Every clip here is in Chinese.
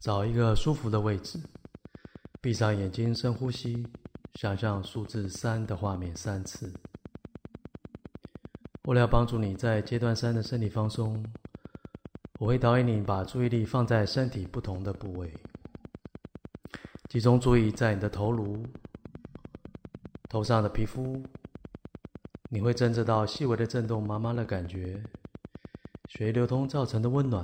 找一个舒服的位置，闭上眼睛，深呼吸，想象数字3的画面3次。为了帮助你在阶段3的身体放松，我会导引你把注意力放在身体不同的部位，集中注意在你的头颅、头上的皮肤，你会侦测到细微的震动、麻麻的感觉，血液流通造成的温暖。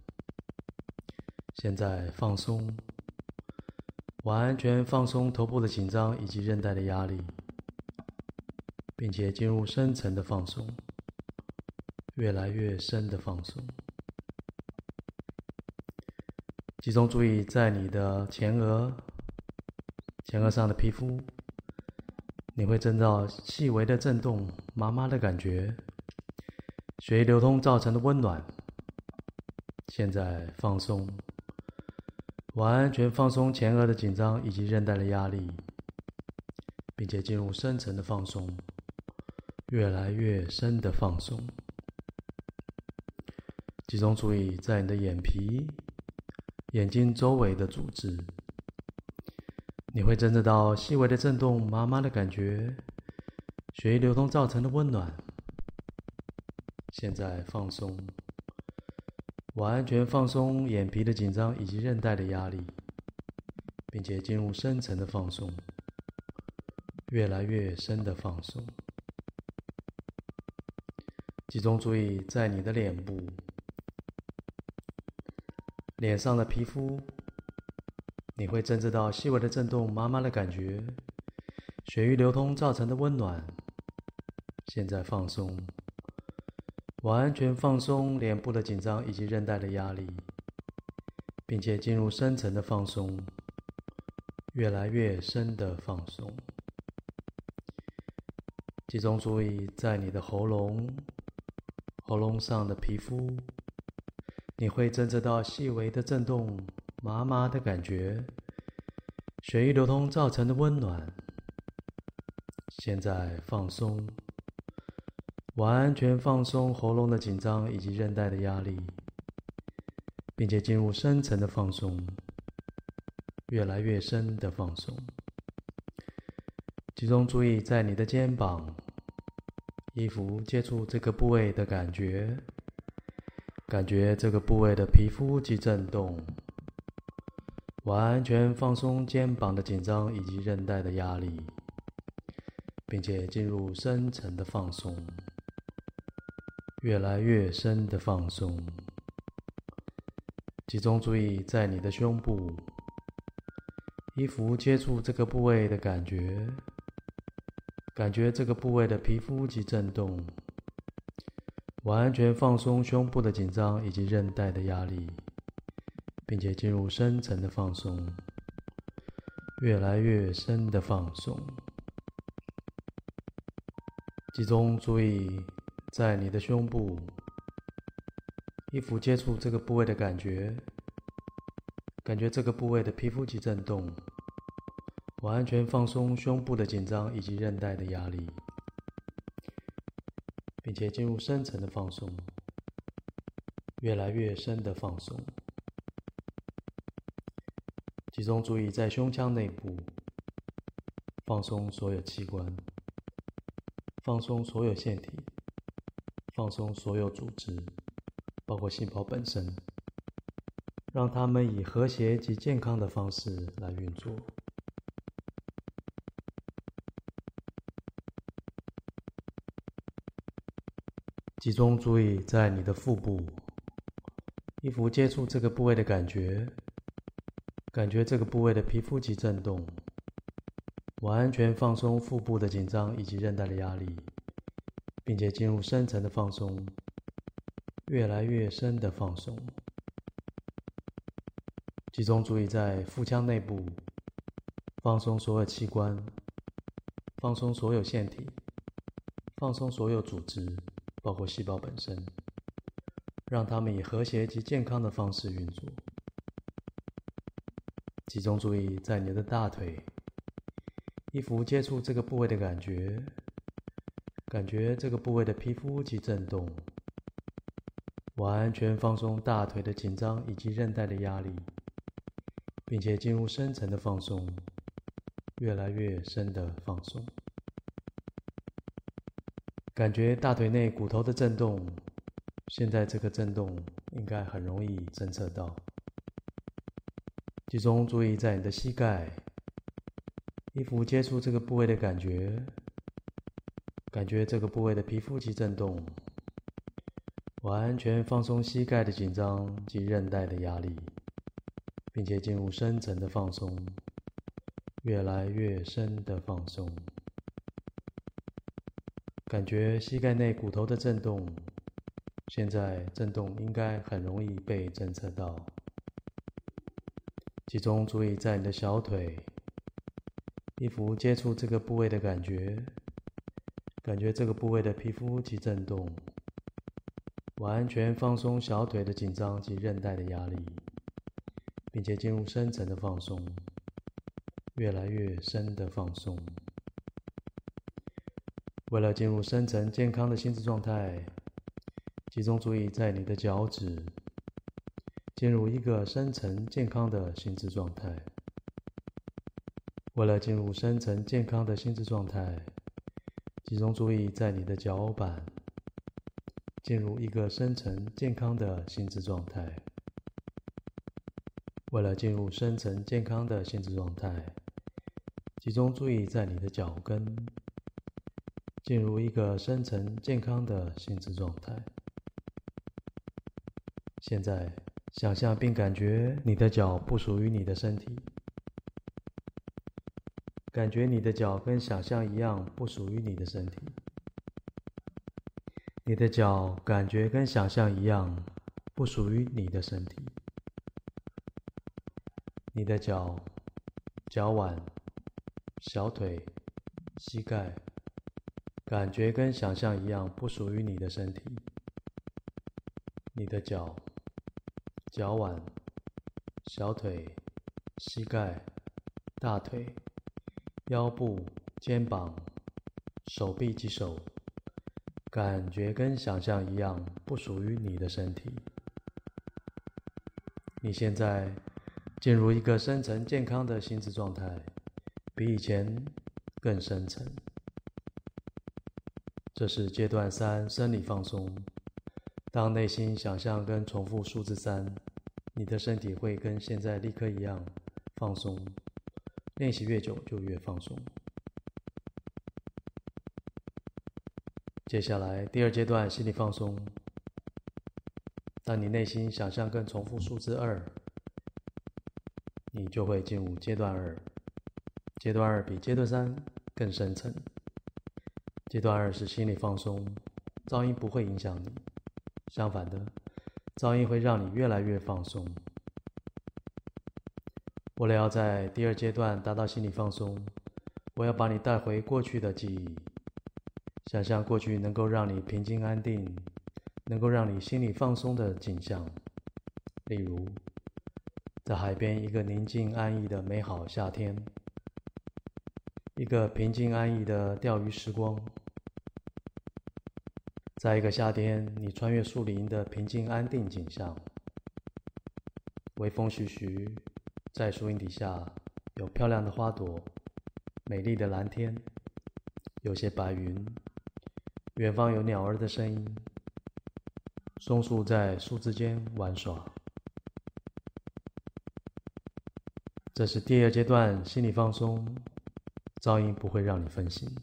现在放松，完全放松头部的紧张以及韧带的压力，并且进入深层的放松，越来越深的放松。集中注意在你的前额上的皮肤，你会侦到细微的震动、麻麻的感觉，血液流通造成的温暖。现在放松，完全放松前额的紧张以及韧带的压力，并且进入深层的放松，越来越深的放松。集中注意在你的眼皮、眼睛周围的组织，你会侦测到细微的震动、麻麻的感觉，血液流通造成的温暖。现在放松，完全放松眼皮的紧张以及韧带的压力，并且进入深层的放松，越来越深的放松。集中注意在你的脸部、脸上的皮肤，你会侦测到细微的震动、麻麻的感觉，血液流通造成的温暖。现在放松，完全放松脸部的紧张以及韧带的压力，并且进入深层的放松，越来越深的放松。集中注意在你的喉咙上的皮肤，你会侦测到细微的震动、麻麻的感觉，血液流通造成的温暖。现在放松，完全放松喉咙的紧张以及韧带的压力，并且进入深层的放松，越来越深的放松。集中注意在你的肩膀、衣服接触这个部位的感觉，感觉这个部位的皮肤及震动，完全放松肩膀的紧张以及韧带的压力，并且进入深层的放松，越来越深的放松。集中注意在你的胸部，衣服接触这个部位的感觉，感觉这个部位的皮肤及震动，完全放松胸部的紧张以及韧带的压力，并且进入深层的放松，越来越深的放松。集中注意在你的胸部，衣服接触这个部位的感觉，感觉这个部位的皮肤及震动，完全放松胸部的紧张以及韧带的压力，并且进入深层的放松，越来越深的放松。集中注意在胸腔内部，放松所有器官，放松所有腺体，放松所有组织，包括细胞本身，让它们以和谐及健康的方式来运作。集中注意在你的腹部，衣服接触这个部位的感觉，感觉这个部位的皮肤及震动，完全放松腹部的紧张以及韧带的压力，并且进入深层的放松，越来越深的放松。集中注意在腹腔内部，放松所有器官，放松所有腺体，放松所有组织，包括细胞本身，让它们以和谐及健康的方式运作。集中注意在你的大腿，衣服接触这个部位的感觉，感觉这个部位的皮肤及震动，完全放松大腿的紧张以及韧带的压力， 并且进入深层的放松，越来越深的放松。感觉大腿内骨头的震动，现在这个震动应该很容易侦测到。集中注意在你的膝盖，衣服接触这个部位的感觉，感觉这个部位的皮肤及震动，完全放松膝盖的紧张及韧带的压力，并且进入深层的放松，越来越深的放松。感觉膝盖内骨头的震动，现在震动应该很容易被侦测到。集中注意在你的小腿，衣服接触这个部位的感觉，感觉这个部位的皮肤及震动，完全放松小腿的紧张及韧带的压力，并且进入深层的放松，越来越深的放松。为了进入深层健康的心智状态，集中注意在你的脚趾，进入一个深层健康的心智状态。为了进入深层健康的心智状态，集中注意在你的脚板，进入一个深层健康的心智状态。为了进入深层健康的心智状态，集中注意在你的脚跟，进入一个深层健康的心智状态。现在想象并感觉你的脚不属于你的身体，感觉你的脚跟想象一样不属于你的身体。你的脚感觉跟想象一样不属于你的身体。你的脚、脚腕、小腿、膝盖，感觉跟想象一样不属于你的身体。你的脚、脚腕、小腿、膝盖、大腿、腰部、肩膀、手臂及手，感觉跟想象一样不属于你的身体。你现在进入一个深层健康的心智状态，比以前更深层。这是阶段3生理放松。当内心想象跟重复数字3，你的身体会跟现在立刻一样放松。练习越久就越放松。接下来第2阶段心理放松。当你内心想象跟重复数字2，你就会进入阶段2。阶段2比阶段3更深层。阶段2是心理放松，噪音不会影响你，相反的，噪音会让你越来越放松。为了要在第2阶段达到心理放松，我要把你带回过去的记忆，想象过去能够让你平静安定，能够让你心理放松的景象。例如，在海边一个宁静安逸的美好夏天，一个平静安逸的钓鱼时光。在一个夏天，你穿越树林的平静安定景象，微风徐徐，在树荫底下有漂亮的花朵，美丽的蓝天，有些白云，远方有鸟儿的声音，松树在树枝间玩耍。这是第2阶段心理放松，噪音不会让你分心。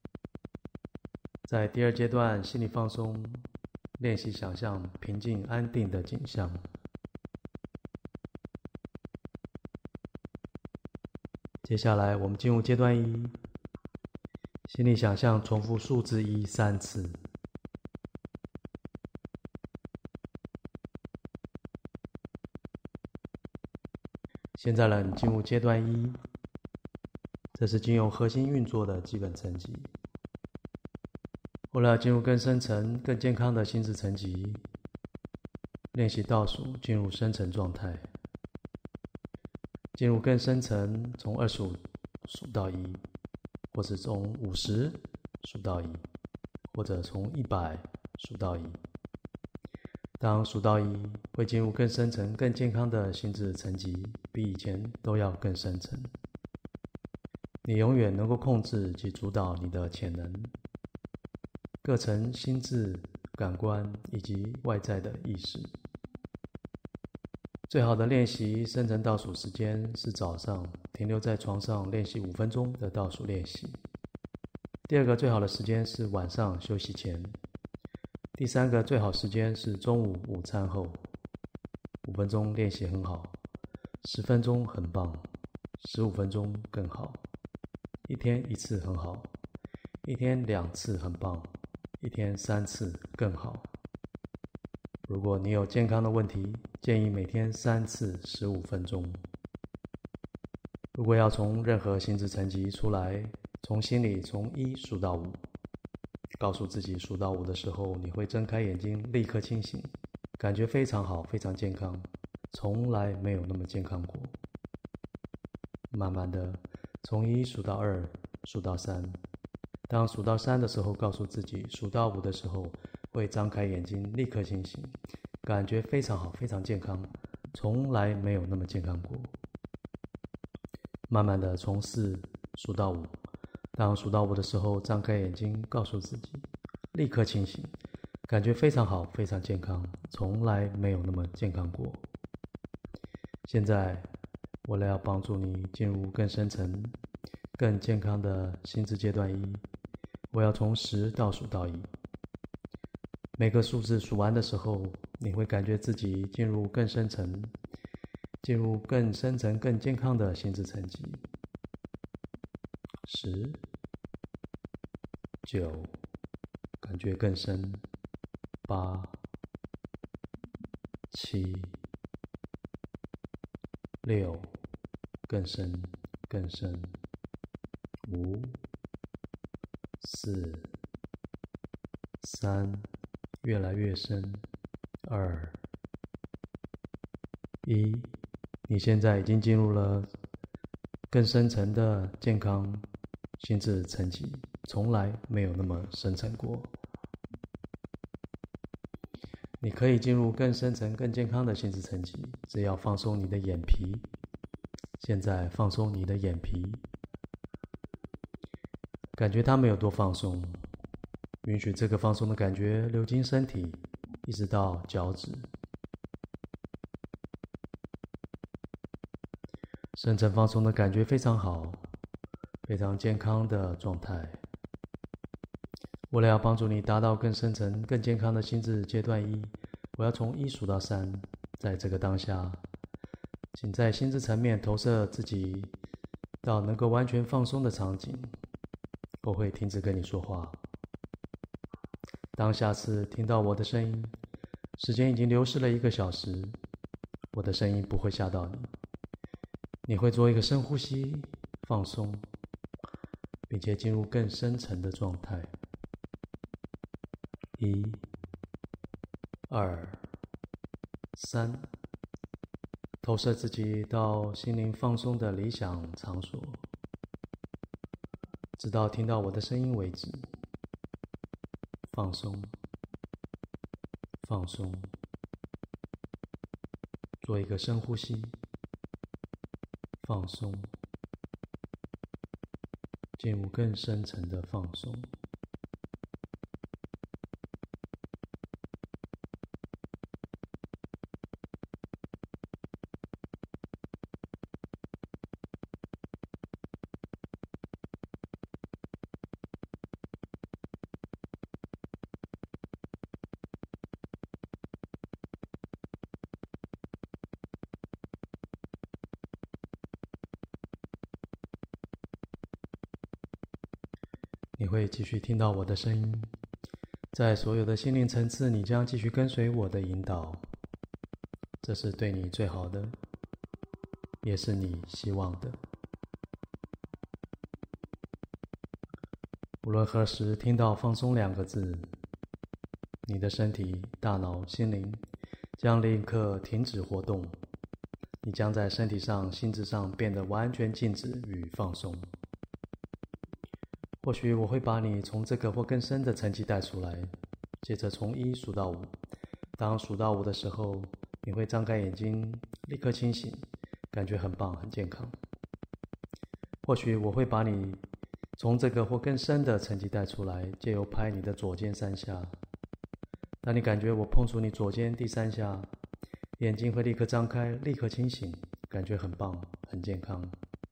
在第2阶段心理放松，练习想象平静安定的景象。接下来我们进入阶段1，心里想象重复数字1 3次。现在呢，你进入阶段1，这是经由核心运作的基本层级。为了要进入更深层、更健康的心智层级，练习倒数进入深层状态。进入更深层，从25数到1，或是从50数到1，或者从100数到1。 当数到1，会进入更深层、更健康的心智层级，比以前都要更深层。你永远能够控制及主导你的潜能，各层心智、感官以及外在的意识。最好的练习深层倒数时间是早上停留在床上练习5分钟的倒数练习。第二个最好的时间是晚上休息前。第三个最好时间是中午午餐后。5分钟练习很好，10分钟很棒，15分钟更好。一天1次很好，一天2次很棒，一天3次更好。如果你有健康的问题，建议每天3次15分钟。如果要从任何心智层级出来，从心里从1数到5，告诉自己数到5的时候，你会睁开眼睛，立刻清醒，感觉非常好，非常健康，从来没有那么健康过。慢慢的从1数到2，数到3。当数到3的时候，告诉自己数到5的时候，会张开眼睛，立刻清醒，感觉非常好，非常健康，从来没有那么健康过。慢慢的从4数到5，当数到5的时候，张开眼睛，告诉自己，立刻清醒，感觉非常好，非常健康，从来没有那么健康过。现在，为了要帮助你进入更深层、更健康的心智阶段1，我要从10倒数到1。每个数字数完的时候，你会感觉自己进入更深层、更健康的心智层级。10、9，感觉更深；8、7、6，更深更深；5、4、3，越来越深；2、1，你现在已经进入了更深层的健康心智层级，从来没有那么深层过。你可以进入更深层、更健康的心智层级，只要放松你的眼皮。现在放松你的眼皮，感觉它没有多放松，允许这个放松的感觉流经身体，一直到脚趾。深层放松的感觉非常好，非常健康的状态。为了要帮助你达到更深层、更健康的心智阶段1，我要从1数到3。在这个当下，请在心智层面投射自己到能够完全放松的场景。我会停止跟你说话。当下次听到我的声音，时间已经流逝了1个小时，我的声音不会吓到你。你会做一个深呼吸，放松，并且进入更深层的状态。1、2、3，投射自己到心灵放松的理想场所，直到听到我的声音为止。放松，放松，做一个深呼吸，放松，进入更深层的放松。你会继续听到我的声音，在所有的心灵层次，你将继续跟随我的引导，这是对你最好的，也是你希望的。无论何时听到放松2个字，你的身体、大脑、心灵将立刻停止活动，你将在身体上、心智上变得完全静止与放松。或许我会把你从这个或更深的层级带出来，接着从1数到5。 当数到5的时候，你会张开眼睛，立刻清醒，感觉很棒，很健康。或许我会把你从这个或更深的层级带出来，借由拍你的左肩3下。当你感觉我碰触你左肩第3下，眼睛会立刻张开，立刻清醒，感觉很棒，很健康。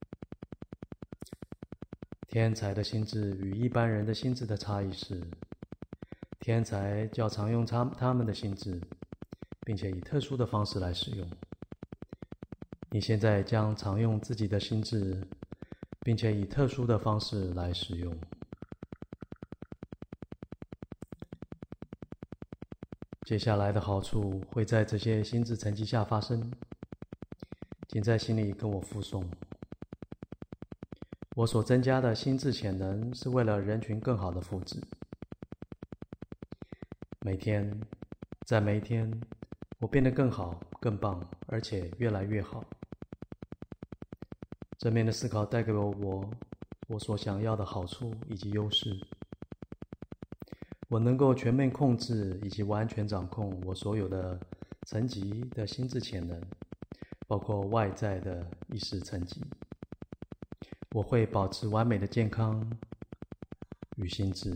天才的心智与一般人的心智的差异是，天才较常用他们的心智，并且以特殊的方式来使用。你现在将常用自己的心智，并且以特殊的方式来使用。接下来的好处会在这些心智层级下发生，请在心里跟我附诵。我所增加的心智潜能是为了人群更好的福祉。每天，在每一天，我变得更好、更棒，而且越来越好。正面的思考带给我所想要的好处以及优势。我能够全面控制以及完全掌控我所有的层级的心智潜能，包括外在的意识层级。我会保持完美的健康与心智。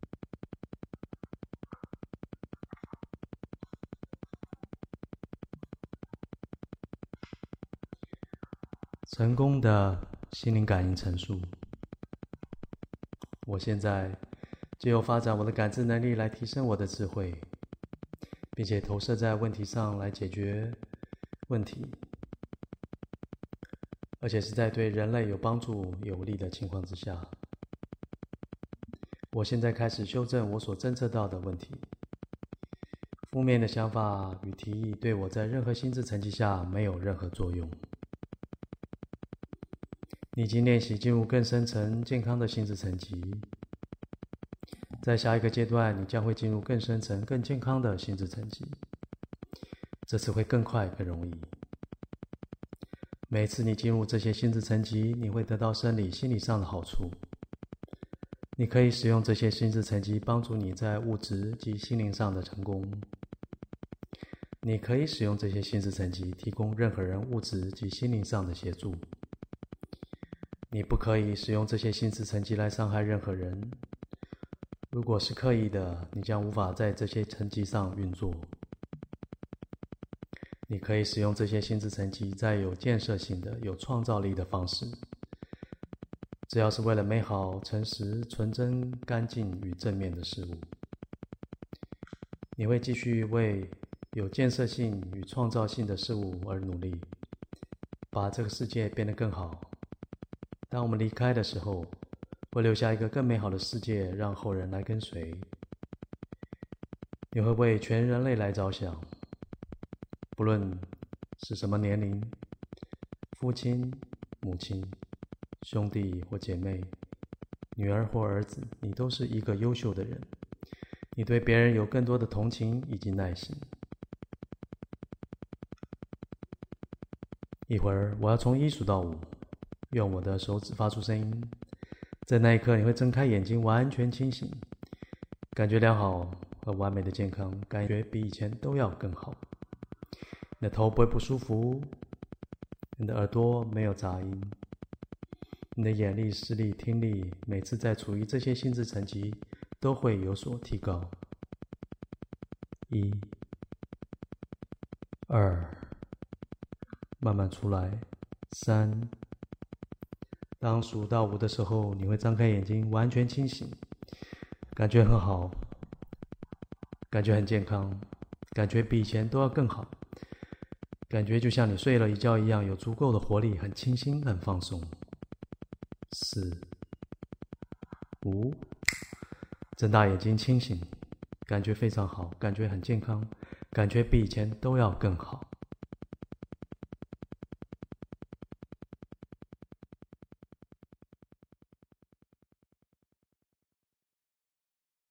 成功的心灵感应陈述。我现在藉由发展我的感知能力来提升我的智慧，并且投射在问题上来解决问题，而且是在对人类有帮助有利的情况之下。我现在开始修正我所侦测到的问题。负面的想法与提议对我在任何心智层级下没有任何作用。你已经练习进入更深层健康的心智层级，在下一个阶段你将会进入更深层更健康的心智层级，这次会更快更容易。每次你进入这些心智层级，你会得到生理心理上的好处。你可以使用这些心智层级帮助你在物质及心灵上的成功。你可以使用这些心智层级提供任何人物质及心灵上的协助。你不可以使用这些心智层级来伤害任何人。如果是刻意的，你将无法在这些层级上运作。你可以使用这些心智层级在有建设性的、有创造力的方式，只要是为了美好、诚实、纯真、干净与正面的事物。你会继续为有建设性与创造性的事物而努力，把这个世界变得更好。当我们离开的时候，会留下一个更美好的世界，让后人来跟随。你会为全人类来着想，不论是什么年龄，父亲、母亲、兄弟或姐妹，女儿或儿子，你都是一个优秀的人。你对别人有更多的同情以及耐心。一会儿，我要从1数到5。用我的手指发出声音，在那一刻你会睁开眼睛，完全清醒，感觉良好和完美的健康，感觉比以前都要更好。你的头不会不舒服，你的耳朵没有杂音，你的眼力、视力、听力，每次在处于这些心智层级都会有所提高。1、2，慢慢出来。3。当数到5的时候，你会张开眼睛，完全清醒，感觉很好，感觉很健康，感觉比以前都要更好，感觉就像你睡了一觉一样，有足够的活力，很清新，很放松。4、5，睁大眼睛清醒，感觉非常好，感觉很健康，感觉比以前都要更好。